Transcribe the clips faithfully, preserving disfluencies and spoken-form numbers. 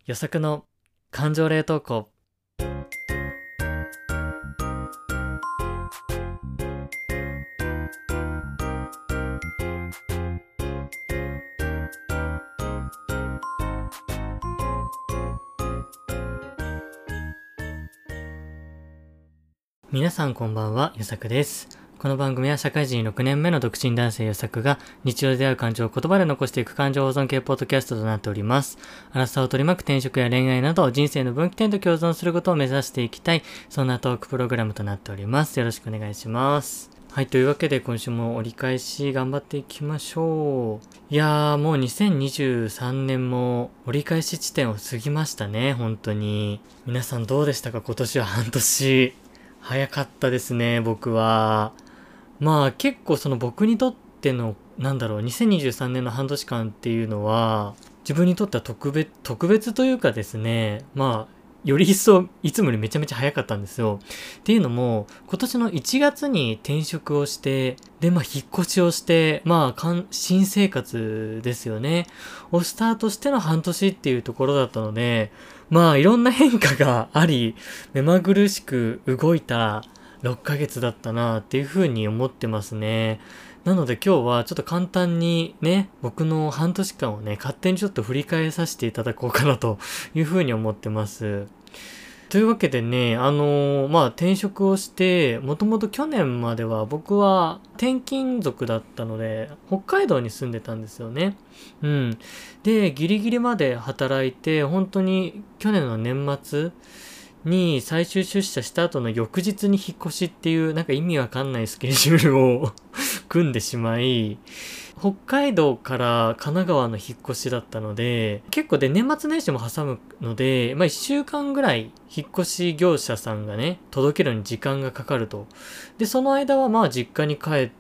予測の感情冷凍庫。皆さんこんばんは、よさくです。この番組は社会人ろくねんめの独身男性よさくが日常で出会う感情を言葉で残していく感情保存系ポッドキャストとなっております。あらさを取り巻く転職や恋愛など人生の分岐点と共存することを目指していきたい、そんなトークプログラムとなっております。よろしくお願いします。はい、というわけで今週も折り返し頑張っていきましょう。いやー、もうにせんにじゅうさんねんも折り返し地点を過ぎましたね、本当に。皆さんどうでしたか？今年は半年。早かったですね、僕は。まあ結構その僕にとっての、なんだろう、にせんにじゅうさんねんの半年間っていうのは、自分にとっては特別、特別というかですね、まあ、より一層いつもよりめちゃめちゃ早かったんですよ。っていうのも、今年のいちがつに転職をして、で、まあ引っ越しをして、まあ新生活ですよね。をスタートしての半年っていうところだったので、まあいろんな変化があり、目まぐるしく動いたろっかげつだったなっていうふうに思ってますね。なので今日はちょっと簡単にね、僕の半年間をね、勝手にちょっと振り返させていただこうかなというふうに思ってます。というわけでね、あのー、まあ転職をして、もともと去年までは僕は転勤族だったので、北海道に住んでたんですよね。うん。で、ギリギリまで働いて、本当に去年の年末、に最終出社した後の翌日に引っ越しっていうなんか意味わかんないスケジュールを組んでしまい、北海道から神奈川の引っ越しだったので、結構で年末年始も挟むので、まあいっしゅうかんぐらい引っ越し業者さんがね、届けるのに時間がかかると。で、その間はまあ実家に帰って、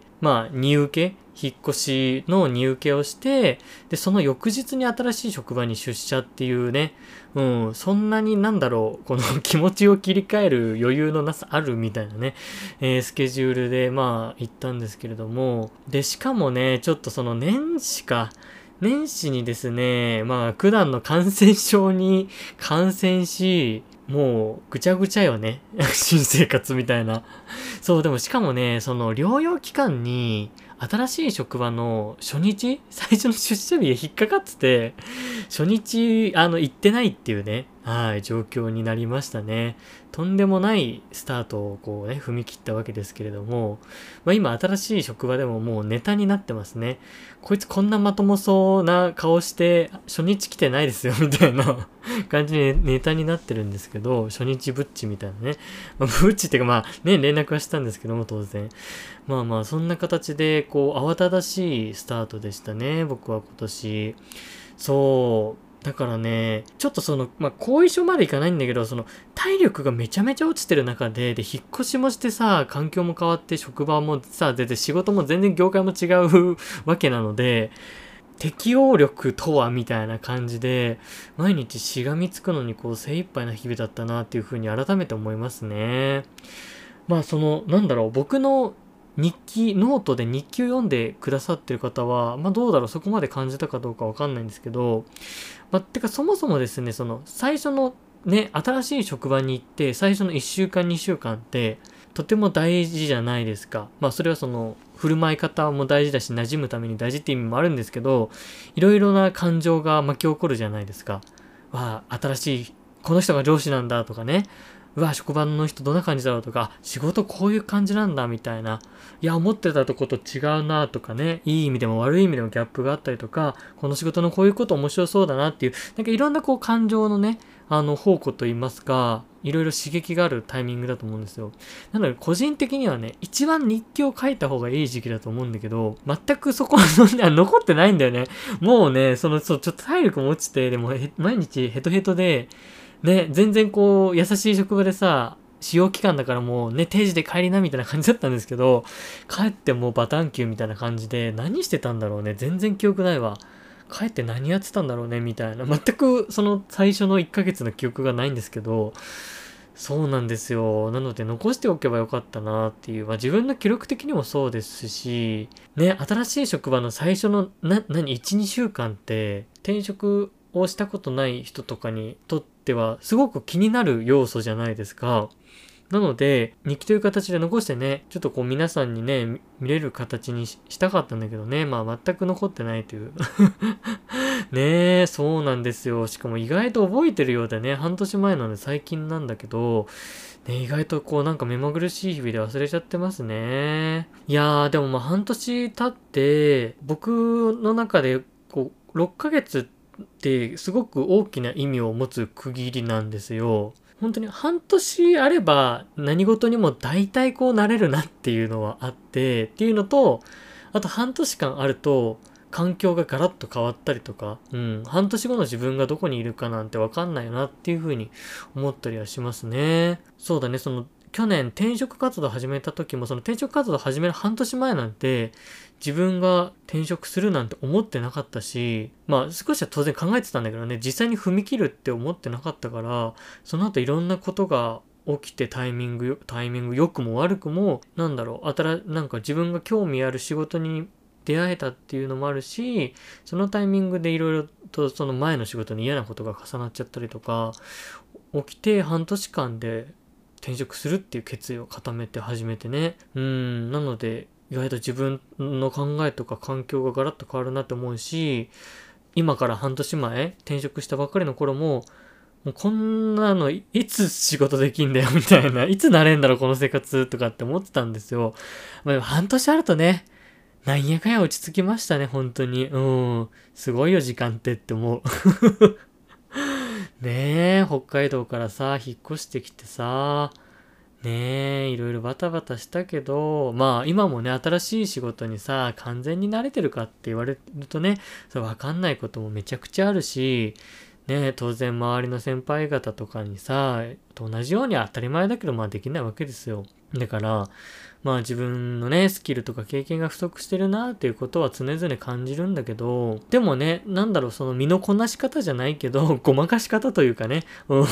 まあ荷受け引っ越しの荷受けをして、で、その翌日に新しい職場に出社っていうね、うん、そんなになんだろう、この気持ちを切り替える余裕のなさあるみたいなね、えー、スケジュールでまあ行ったんですけれども、で、しかもね、ちょっとその年始か、年始にですね、まあ九段の感染症に感染し、もうぐちゃぐちゃよね。新生活みたいな。そう、でもしかもね、その療養期間に、新しい職場の初日最初の出社日引っかかってて、初日、あの、行ってないっていうね、はい、状況になりましたね。とんでもないスタートをこうね、踏み切ったわけですけれども、まあ今新しい職場でももうネタになってますね。こいつこんなまともそうな顔して初日来てないですよみたいな感じでネタになってるんですけど、初日ブッチみたいなね。まあ、ブッチっていうかまあね、連絡はしたんですけども当然。まあまあそんな形でこう慌ただしいスタートでしたね、僕は今年。そう。だからね、ちょっとその、まあ、後遺症までいかないんだけど、その、体力がめちゃめちゃ落ちてる中で、で、引っ越しもしてさ、環境も変わって、職場もさ、全然仕事も全然業界も違うわけなので、適応力とはみたいな感じで、毎日しがみつくのにこう精一杯な日々だったなっていうふうに改めて思いますね。まあその、なんだろう、僕の日記、ノートで日記を読んでくださってる方は、まあどうだろう、そこまで感じたかどうかわかんないんですけど、まあ、てかそもそもですね、その最初のね、新しい職場に行って最初のいっしゅうかんにしゅうかんってとても大事じゃないですか。まあそれはその振る舞い方も大事だし馴染むために大事って意味もあるんですけど、いろいろな感情が巻き起こるじゃないですか。わあ、新しい、この人が上司なんだとかね。うわ、職場の人どんな感じだろうとか、仕事こういう感じなんだみたいな。いや、思ってたとこと違うなとかね、いい意味でも悪い意味でもギャップがあったりとか、この仕事のこういうこと面白そうだなっていう、なんかいろんなこう感情のね、あの、宝庫といいますか、いろいろ刺激があるタイミングだと思うんですよ。なので、個人的にはね、一番日記を書いた方がいい時期だと思うんだけど、全くそこは残ってないんだよね。もうね、その、そう、ちょっと体力も落ちて、でも、毎日ヘトヘトで、ね、全然こう、優しい職場でさ、使用期間だからもうね、定時で帰りなみたいな感じだったんですけど、帰ってもうバタンキューみたいな感じで、何してたんだろうね。全然記憶ないわ。帰って何やってたんだろうねみたいな。全くその最初のいっかげつの記憶がないんですけど、そうなんですよ。なので残しておけばよかったなっていう、まあ自分の記録的にもそうですし、ね、新しい職場の最初の、な、何、いち、にしゅうかんって、転職をしたことない人とかにとってはすごく気になる要素じゃないですか。なので、日記という形で残してね、ちょっとこう皆さんにね、見れる形に し, したかったんだけどね、まあ全く残ってないという。ねえ、そうなんですよ。しかも意外と覚えてるようでね、半年前なので最近なんだけど、ね、意外とこうなんか目まぐるしい日々で忘れちゃってますね。いやー、でもまあ半年経って、僕の中でこう、ろっかげつってすごく大きな意味を持つ区切りなんですよ。本当に半年あれば何事にも大体こうなれるなっていうのはあってっていうのと、あと半年間あると環境がガラッと変わったりとか、うん、半年後の自分がどこにいるかなんてわかんないなっていうふうに思ったりはしますね。そうだね、その去年転職活動始めた時も、その転職活動始める半年前なんて自分が転職するなんて思ってなかったし、まあ少しは当然考えてたんだけどね、実際に踏み切るって思ってなかったから、その後いろんなことが起きてタイミング、タイミング良くも悪くも、なんだろう、新、なんか自分が興味ある仕事に出会えたっていうのもあるし、そのタイミングでいろいろとその前の仕事に嫌なことが重なっちゃったりとか、起きて半年間で転職するっていう決意を固めて始めてね。うん、なので、意外と自分の考えとか環境がガラッと変わるなって思うし、今から半年前、転職したばっかりの頃も、もうこんなのいつ仕事できんだよみたいな、いつなれんだろうこの生活とかって思ってたんですよ。まあ、でも半年あるとね、なんやかんや落ち着きましたね、本当に。うん。すごいよ、時間ってって思う。ねえ、北海道からさ、引っ越してきてさ、ねえ、いろいろバタバタしたけど、まあ今もね、新しい仕事にさ、完全に慣れてるかって言われるとね、そうわかんないこともめちゃくちゃあるし、ねえ、当然周りの先輩方とかにさ、と同じように当たり前だけど、まあできないわけですよ。だから、まあ自分のね、スキルとか経験が不足してるなっていうことは常々感じるんだけど、でもね、なんだろう、その身のこなし方じゃないけど、ごまかし方というかね、うん、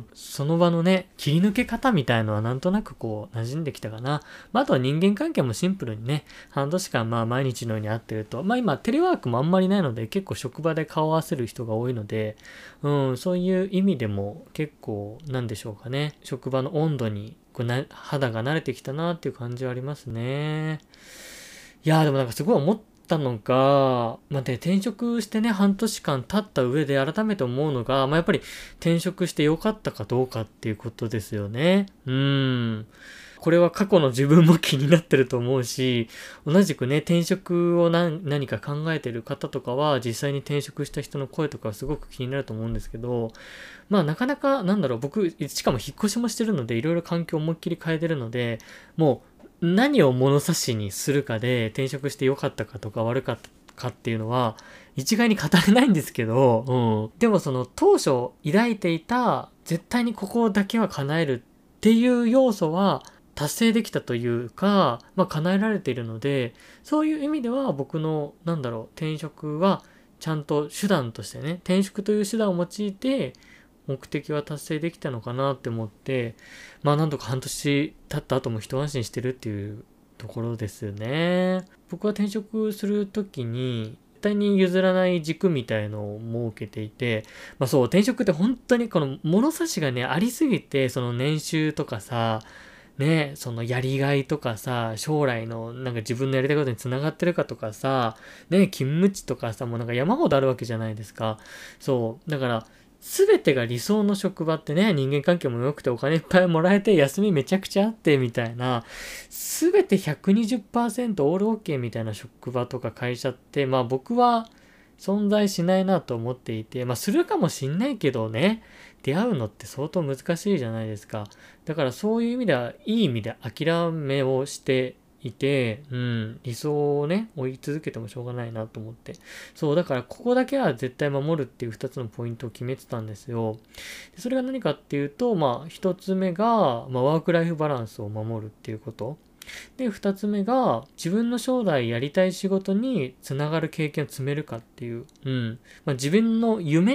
その場のね、切り抜け方みたいのはなんとなくこう、馴染んできたかな。まああとは人間関係もシンプルにね、半年間まあ毎日のように会ってると、まあ今テレワークもあんまりないので、結構職場で顔を合わせる人が多いので、うん、そういう意味でも結構、なんでしょうかね、職場の温度にこうな肌が慣れてきたなっていう感じはありますね。いやーでもなんかすごい思ったのが、まあ、で転職してね半年間経った上で改めて思うのが、まあ、やっぱり転職して良かったかどうかっていうことですよね。うーん。これは過去の自分も気になってると思うし、同じくね、転職を何何か考えてる方とかは、実際に転職した人の声とかはすごく気になると思うんですけど、まあなかなか、なんだろう、僕、しかも引っ越しもしてるので、いろいろ環境を思いっきり変えてるので、もう、何を物差しにするかで、転職して良かったかとか悪かったかっていうのは、一概に語れないんですけど、うん。でもその、当初抱いていた、絶対にここだけは叶えるっていう要素は、達成できたというか、まあ叶えられているので、そういう意味では僕の、なんだろう、転職は、ちゃんと手段としてね、転職という手段を用いて、目的は達成できたのかなって思って、まあなんとか半年経った後も一安心してるっていうところですよね。僕は転職するときに、絶対に譲らない軸みたいのを設けていて、まあそう、転職って本当にこの物差しがね、ありすぎて、その年収とかさ、ね、そのやりがいとかさ、将来のなんか自分のやりたいことにつながってるかとかさ、ね、勤務地とかさ、もうなんか山ほどあるわけじゃないですか。そう。だから、すべてが理想の職場ってね、人間関係も良くてお金いっぱいもらえて休みめちゃくちゃあってみたいな、すべて ひゃくにじゅっパーセント オールオッケーみたいな職場とか会社って、まあ僕は存在しないなと思っていて、まあするかもしんないけどね、出会うのって相当難しいじゃないですか。だからそういう意味では、いい意味で諦めをしていて、うん、理想をね、追い続けてもしょうがないなと思って。そう、だからここだけは絶対守るっていう二つのポイントを決めてたんですよ。でそれが何かっていうと、まあ一つ目が、まあワークライフバランスを守るっていうこと。で、二つ目が、自分の将来やりたい仕事につながる経験を積めるかっていう、うん。まあ、自分の夢に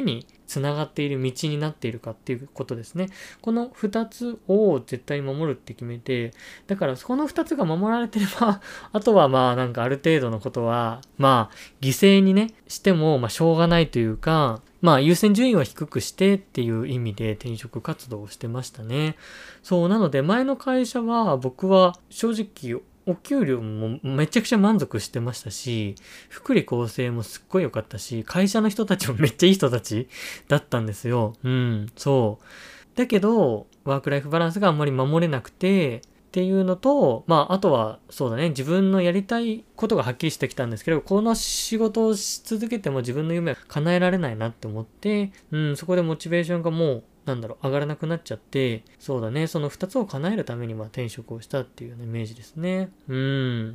つながっている道になっているかっていうことですね。このふたつを絶対に守るって決めて、だからこのふたつが守られてれば、あとはまあなんかある程度のことは、まあ犠牲にね、してもまあしょうがないというか、まあ優先順位は低くしてっていう意味で転職活動をしてましたね。そう、なので前の会社は僕は正直お給料もめちゃくちゃ満足してましたし、福利厚生もすっごい良かったし、会社の人たちもめっちゃいい人たちだったんですよ。うん、そう。だけど、ワークライフバランスがあんまり守れなくて、っていうのと、まあ、あとは、そうだね、自分のやりたいことがはっきりしてきたんですけど、この仕事をし続けても自分の夢は叶えられないなって思って、うん、そこでモチベーションがもう、なんだろう、上がらなくなっちゃって、そうだね、その二つを叶えるためにまあ転職をしたっていうようなイメージですね。うん、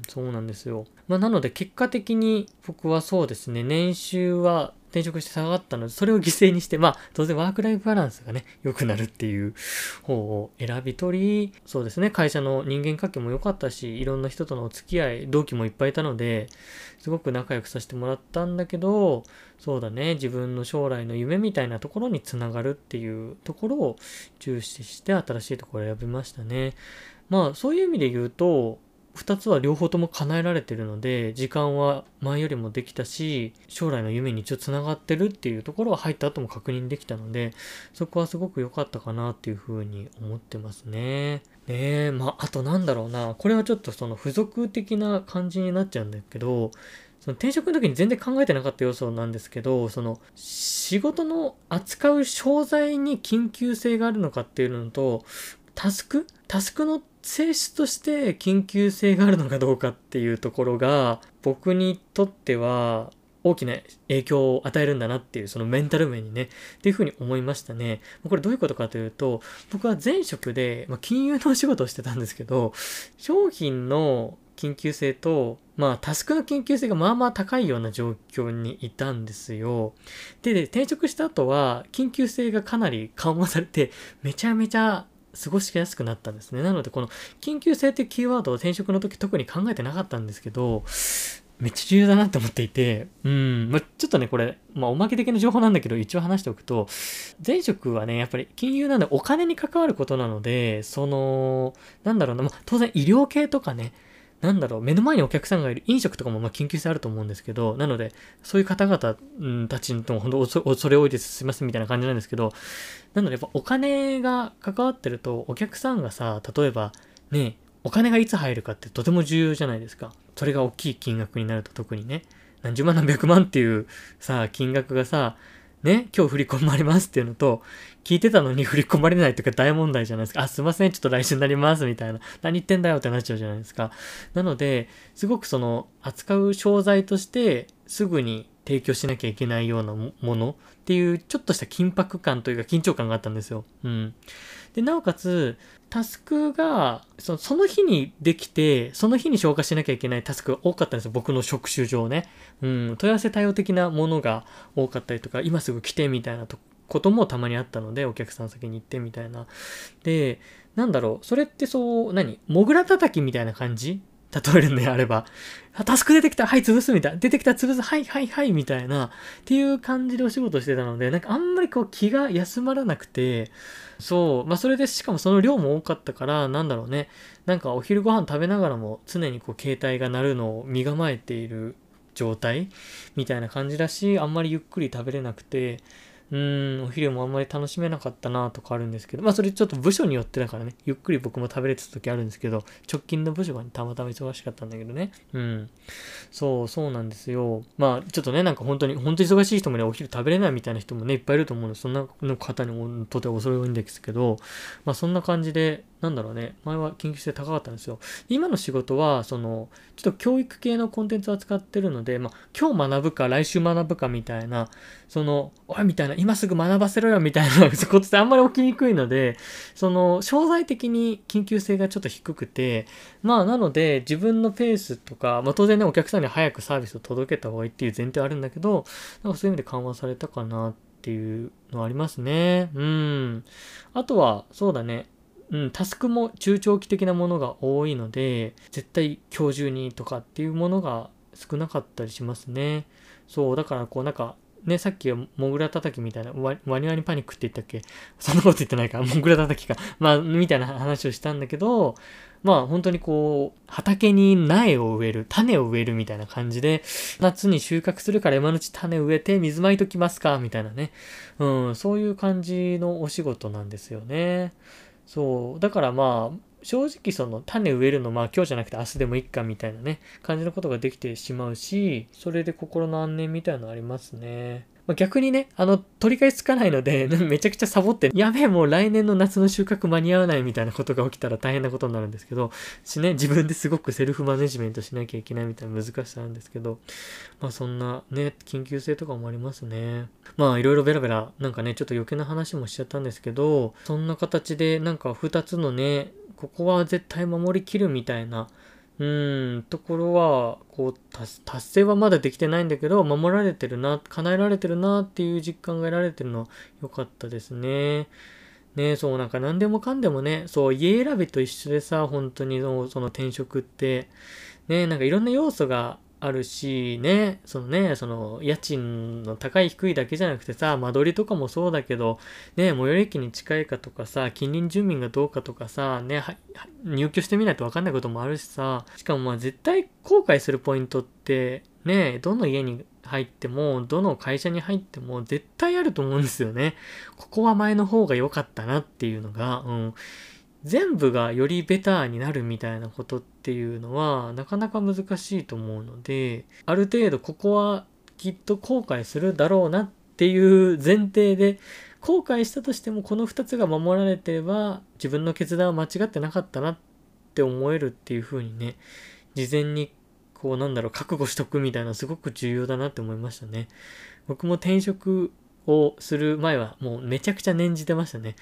そうなんですよ。まあ、なので結果的に僕はそうですね、年収は転職して下がったので、それを犠牲にして、まあ、当然ワークライフバランスがね、良くなるっていう方を選び取り、そうですね、会社の人間関係も良かったし、いろんな人とのお付き合い、同期もいっぱいいたので、すごく仲良くさせてもらったんだけど、そうだね、自分の将来の夢みたいなところにつながるっていうところを重視して新しいところを選びましたね。まあ、そういう意味で言うと、二つは両方とも叶えられてるので、時間は前よりもできたし、将来の夢に一応繋がってるっていうところは入った後も確認できたので、そこはすごく良かったかなっていうふうに思ってますね。ねえ、まあ、あとなんだろうな。これはちょっとその付属的な感じになっちゃうんだけど、その転職の時に全然考えてなかった要素なんですけど、その仕事の扱う商材に緊急性があるのかっていうのと、タスクタスクの性質として緊急性があるのかどうかっていうところが僕にとっては大きな影響を与えるんだなっていう、そのメンタル面にねっていうふうに思いましたね。これどういうことかというと、僕は前職で、まあ、金融のお仕事をしてたんですけど、商品の緊急性と、まあタスクの緊急性がまあまあ高いような状況にいたんですよ。で、で転職した後は緊急性がかなり緩和されて、めちゃめちゃ過ごしやすくなったんですね。なのでこの緊急性っていうキーワードを転職の時特に考えてなかったんですけど、めっちゃ重要だなって思っていて、うん、まあ、ちょっとね、これ、まあ、おまけ的な情報なんだけど、一応話しておくと、前職はね、やっぱり金融なんでお金に関わることなので、その、なんだろうな、まあ、当然医療系とかね、なんだろう、目の前にお客さんがいる飲食とかもまあ緊急性あると思うんですけど、なので、そういう方々、うん、たちとも本当恐恐れ多いです、すいませんみたいな感じなんですけど、なのでやっぱお金が関わってると、お客さんがさ、例えば、ね、お金がいつ入るかってとても重要じゃないですか。それが大きい金額になると特にね、何十万何百万っていうさ、金額がさ、ね、今日振り込まれますっていうのと、聞いてたのに振り込まれないとか大問題じゃないですか。あ、すいません、ちょっと来週になりますみたいな。何言ってんだよってなっちゃうじゃないですか。なので、すごくその、扱う商材として、すぐに提供しなきゃいけないようなものっていう、ちょっとした緊迫感というか緊張感があったんですよ。うん。で、なおかつ、タスクが、そのその日にできて、その日に消化しなきゃいけないタスクが多かったんですよ。僕の職種上ね。うん、問い合わせ対応的なものが多かったりとか、今すぐ来てみたいなこともたまにあったので、お客さん先に行ってみたいな。で、なんだろう、それってそう、何モグラ叩きみたいな感じ例えるんであれば。タスク出てきた、はい、潰すみたいな。出てきた、潰す、はい、はい、はい、みたいな。っていう感じでお仕事してたので、なんかあんまりこう気が休まらなくて、そう。まあ、それでしかもその量も多かったから、なんだろうね。なんかお昼ご飯食べながらも常にこう携帯が鳴るのを身構えている状態みたいな感じだし、あんまりゆっくり食べれなくて、うーん、お昼もあんまり楽しめなかったなとかあるんですけど、まあそれちょっと部署によってだからね、ゆっくり僕も食べれてた時あるんですけど、直近の部署がたまたま忙しかったんだけどね。うん。そう、そうなんですよ。まあちょっとね、なんか本当に、本当に忙しい人もね、お昼食べれないみたいな人もね、いっぱいいると思うので、そんなの方にとて恐れ多いんですけど、まあそんな感じで、なんだろうね、前は緊急性高かったんですよ。今の仕事は、その、ちょっと教育系のコンテンツを扱ってるので、まあ今日学ぶか来週学ぶかみたいな、その、おいみたいな、今すぐ学ばせろよみたいなことってあんまり起きにくいので、その、商材的に緊急性がちょっと低くて、まあなので自分のペースとか、まあ当然ね、お客さんに早くサービスを届けた方がいいっていう前提はあるんだけど、なんかそういう意味で緩和されたかなっていうのはありますね。うん。あとは、そうだね。うん、タスクも中長期的なものが多いので、絶対今日中にとかっていうものが少なかったりしますね。そう、だからこうなんか、 ね、さっきモグラ叩きみたいな、ワワニワニパニックって言ったっけ？そんなこと言ってないか。モグラ叩きか。まあ、みたいな話をしたんだけど、まあ本当にこう、畑に苗を植える、種を植えるみたいな感じで、夏に収穫するから今のうち種植えて水まいときますかみたいなね。うん、そういう感じのお仕事なんですよね。そう。だからまあ、正直その種植えるのまあ今日じゃなくて明日でもいいかみたいなね、感じのことができてしまうし、それで心の安寧みたいなのありますね。まあ、逆にね、あの、取り返しつかないので、めちゃくちゃサボって、やべえ、もう来年の夏の収穫間に合わないみたいなことが起きたら大変なことになるんですけど、しね、自分ですごくセルフマネジメントしなきゃいけないみたいな難しさなんですけど、まあそんなね、緊急性とかもありますね。まあいろいろベラベラ、なんかね、ちょっと余計な話もしちゃったんですけど、そんな形でなんか二つのね、ここは絶対守りきるみたいな、うーん、ところは、こう、達成はまだできてないんだけど、守られてるな、叶えられてるなっていう実感が得られてるのは良かったですね。ね、そうなんか何でもかんでもね、そう、家選びと一緒でさ、本当にその、その転職って、ね、なんかいろんな要素があるし、ね、そのね、その家賃の高い低いだけじゃなくてさ、間取りとかもそうだけど、ね、最寄り駅に近いかとかさ、近隣住民がどうかとかさ、ね、は入居してみないと分かんないこともあるしさ、しかもまあ絶対後悔するポイントって、ね、どの家に入っても、どの会社に入っても絶対あると思うんですよね。ここは前の方が良かったなっていうのが、うん。全部がよりベターになるみたいなことっていうのはなかなか難しいと思うので、ある程度ここはきっと後悔するだろうなっていう前提で、後悔したとしてもこのふたつが守られてれば自分の決断は間違ってなかったなって思えるっていう風にね、事前にこうなんだろう覚悟しとくみたいなすごく重要だなって思いましたね。僕も転職をする前はもうめちゃくちゃ念じてましたね。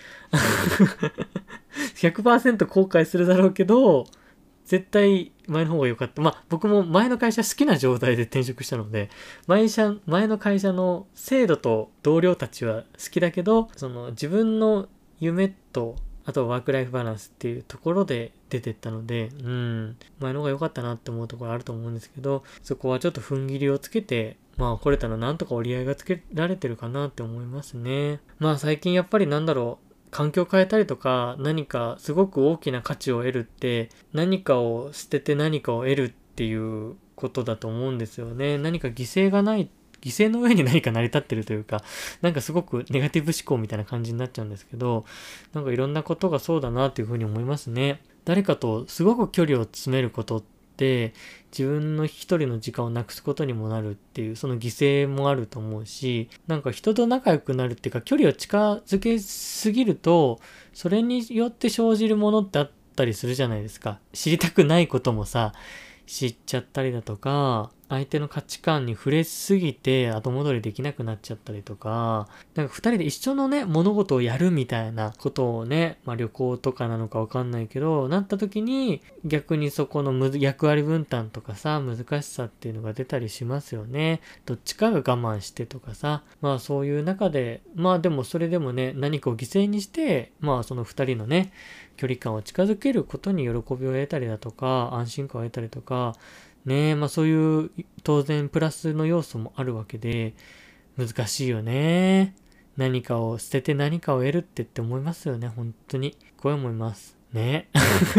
ひゃくパーセント 後悔するだろうけど、絶対前の方が良かった。まあ僕も前の会社好きな状態で転職したので、前社、前の会社の制度と同僚たちは好きだけど、その自分の夢と、あとワークライフバランスっていうところで出てったので、うん、前の方が良かったなって思うところあると思うんですけど、そこはちょっと踏ん切りをつけて、まあ来れたらなんとか折り合いがつけられてるかなって思いますね。まあ最近やっぱりなんだろう、環境を変えたりとか何かすごく大きな価値を得るって何かを捨てて何かを得るっていうことだと思うんですよね。何か犠牲がない、犠牲の上に何か成り立ってるというか、なんかすごくネガティブ思考みたいな感じになっちゃうんですけど、なんかいろんなことがそうだなっていうふうに思いますね。誰かとすごく距離を詰めることってで自分の一人の時間をなくすことにもなるっていうその犠牲もあると思うし、なんか人と仲良くなるっていうか距離を近づけすぎるとそれによって生じるものってあったりするじゃないですか。知りたくないこともさ知っちゃったりだとか、相手の価値観に触れすぎて後戻りできなくなっちゃったりとか、なんか二人で一緒のね、物事をやるみたいなことをね、まあ旅行とかなのかわかんないけど、なった時に逆にそこのむ役割分担とかさ、難しさっていうのが出たりしますよね。どっちかが我慢してとかさ、まあそういう中で、まあでもそれでもね、何かを犠牲にして、まあその二人のね、距離感を近づけることに喜びを得たりだとか、安心感を得たりとか、ねえ、まあそういう当然プラスの要素もあるわけで、難しいよね。何かを捨てて何かを得るってって思いますよね、本当に。こう思います。ね。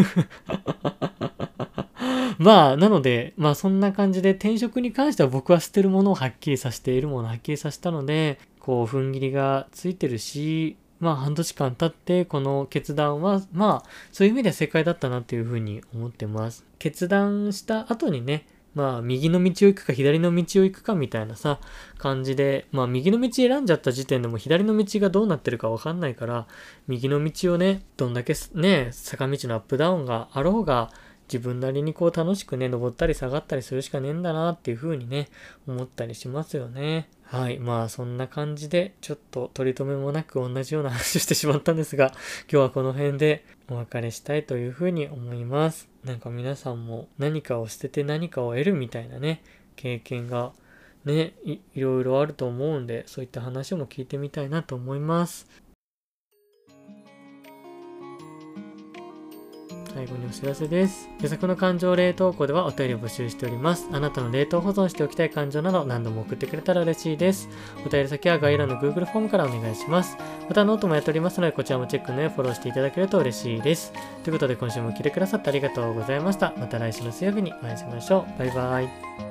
まあ、なので、まあそんな感じで転職に関しては僕は捨てるものをはっきりさせて、いるものをはっきりさせたので、こう、踏ん切りがついてるし、まあ半年間経ってこの決断はまあそういう意味では正解だったなっていうふうに思ってます。決断した後にね、まあ右の道を行くか左の道を行くかみたいなさ感じで、まあ右の道選んじゃった時点でも左の道がどうなってるかわかんないから、右の道をね、どんだけね坂道のアップダウンがあろうが自分なりにこう楽しくね登ったり下がったりするしかねえんだなっていう風にね思ったりしますよね。はい。まあそんな感じでちょっと取り留めもなく同じような話をしてしまったんですが、今日はこの辺でお別れしたいという風に思います。なんか皆さんも何かを捨てて何かを得るみたいなね経験がね い, いろいろあると思うんで、そういった話も聞いてみたいなと思います。 最後にお知らせです。予作の感情冷凍庫ではお便りを募集しております。あなたの冷凍保存しておきたい感情など何度も送ってくれたら嬉しいです。お便り先は概要欄の Google フォームからお願いします。またノートもやっておりますので、こちらもチェックの上フォローしていただけると嬉しいです。ということで今週も聞いてくださってありがとうございました。また来週の水曜日にお会いしましょう。バイバイ。